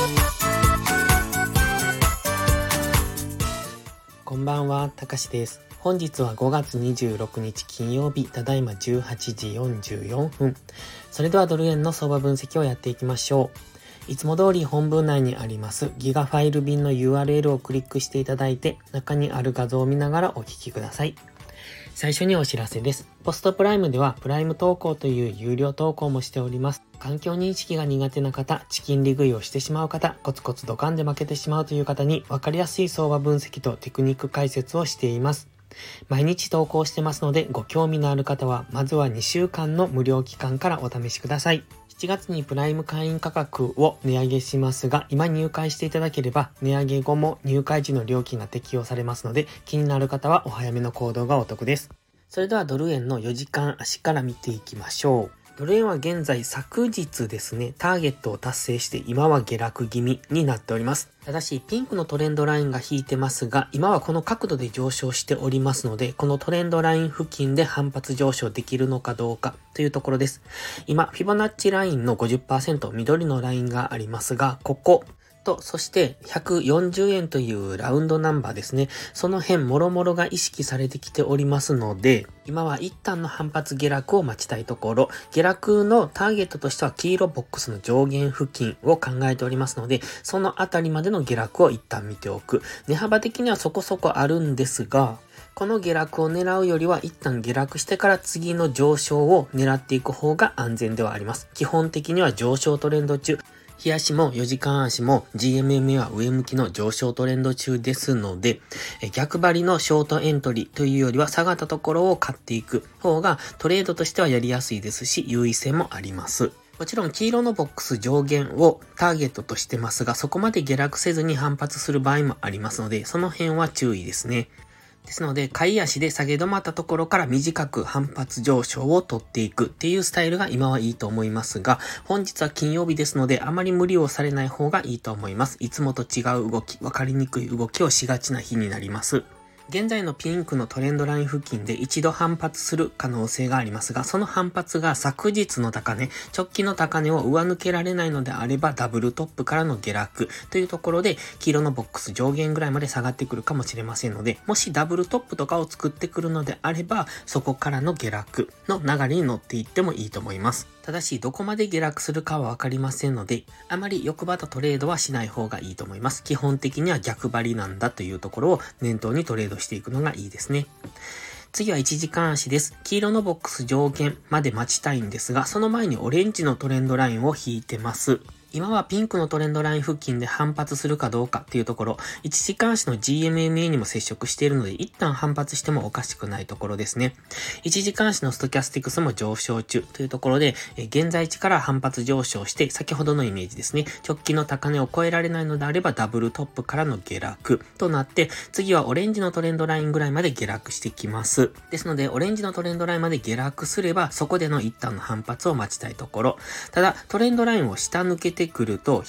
こんばんは、たかしです。本日は5月26日金曜日、ただいま18時44分。それではドル円の相場分析をやっていきましょう。いつも通り本文内にありますギガファイル便の URL をクリックしていただいて、中にある画像を見ながらお聞きください。最初にお知らせです。ポストプライムではプライム投稿という有料投稿もしております。環境認識が苦手な方、チキン利食いをしてしまう方、コツコツドカンで負けてしまうという方に分かりやすい相場分析とテクニック解説をしています。毎日投稿してますので、ご興味のある方はまずは2週間の無料期間からお試しください。7月にプライム会員価格を値上げしますが、今入会していただければ値上げ後も入会時の料金が適用されますので、気になる方はお早めの行動がお得です。それではドル円の4時間足から見ていきましょう。ドル円は現在昨日ですね、ターゲットを達成して今は下落気味になっております。ただしピンクのトレンドラインが引いてますが、今はこの角度で上昇しておりますので、このトレンドライン付近で反発上昇できるのかどうかというところです。今、フィボナッチラインの 50% 緑のラインがありますが、こことそして140円というラウンドナンバーですね。その辺もろもろが意識されてきておりますので、今は一旦の反発下落を待ちたいところ、下落のターゲットとしては黄色ボックスの上限付近を考えておりますので、そのあたりまでの下落を一旦見ておく。値幅的にはそこそこあるんですが、この下落を狙うよりは一旦下落してから次の上昇を狙っていく方が安全ではあります。基本的には上昇トレンド中。日足も4時間足も GMMA は上向きの上昇トレンド中ですので、逆張りのショートエントリーというよりは下がったところを買っていく方がトレードとしてはやりやすいですし、優位性もあります。もちろん黄色のボックス上限をターゲットとしてますが、そこまで下落せずに反発する場合もありますので、その辺は注意ですね。ですので、買い足で下げ止まったところから短く反発上昇を取っていくっていうスタイルが今はいいと思いますが、本日は金曜日ですので、あまり無理をされない方がいいと思います。いつもと違う動き、わかりにくい動きをしがちな日になります。現在のピンクのトレンドライン付近で一度反発する可能性がありますが、その反発が昨日の高値、直近の高値を上抜けられないのであれば、ダブルトップからの下落というところで、黄色のボックス上限ぐらいまで下がってくるかもしれませんので、もしダブルトップとかを作ってくるのであれば、そこからの下落の流れに乗っていってもいいと思います。ただし、どこまで下落するかはわかりませんので、あまり欲張ったトレードはしない方がいいと思います。基本的には逆張りなんだというところを念頭にトレードしていくのがいいですね。次は1時間足です。黄色のボックス上限まで待ちたいんですが、その前にオレンジのトレンドラインを引いてます。今はピンクのトレンドライン付近で反発するかどうかっていうところ、1時間足の GMMA にも接触しているので、一旦反発してもおかしくないところですね。1時間足のストキャスティクスも上昇中というところで、現在地から反発上昇して、先ほどのイメージですね。直近の高値を超えられないのであれば、ダブルトップからの下落となって、次はオレンジのトレンドラインぐらいまで下落してきます。ですので、オレンジのトレンドラインまで下落すれば、そこでの一旦の反発を待ちたいところ。ただ、トレンドラインを下抜けてくると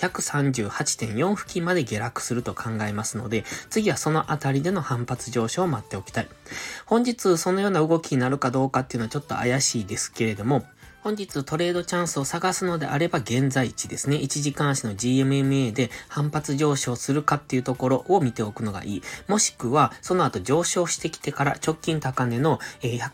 138.4 付近まで下落すると考えますので、次はそのあたりでの反発上昇を待っておきたい。本日そのような動きになるかどうかっていうのはちょっと怪しいですけれども、本日トレードチャンスを探すのであれば現在地ですね。1時間足の GMMA で反発上昇するかっていうところを見ておくのがいい。もしくはその後上昇してきてから直近高値の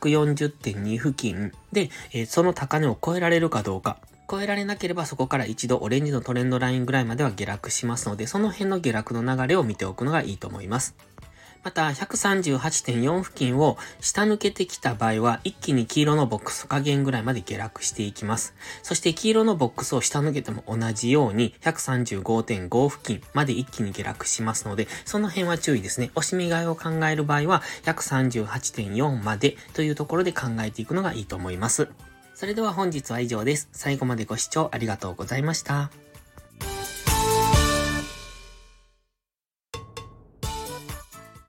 140.2 付近でその高値を超えられるかどうか。超えられなければそこから一度オレンジのトレンドラインぐらいまでは下落しますので、その辺の下落の流れを見ておくのがいいと思います。また 138.4 付近を下抜けてきた場合は一気に黄色のボックス下限ぐらいまで下落していきます。そして黄色のボックスを下抜けても同じように 135.5 付近まで一気に下落しますので、その辺は注意ですね。押し見買いを考える場合は 138.4 までというところで考えていくのがいいと思います。それでは本日は以上です。最後までご視聴ありがとうございました。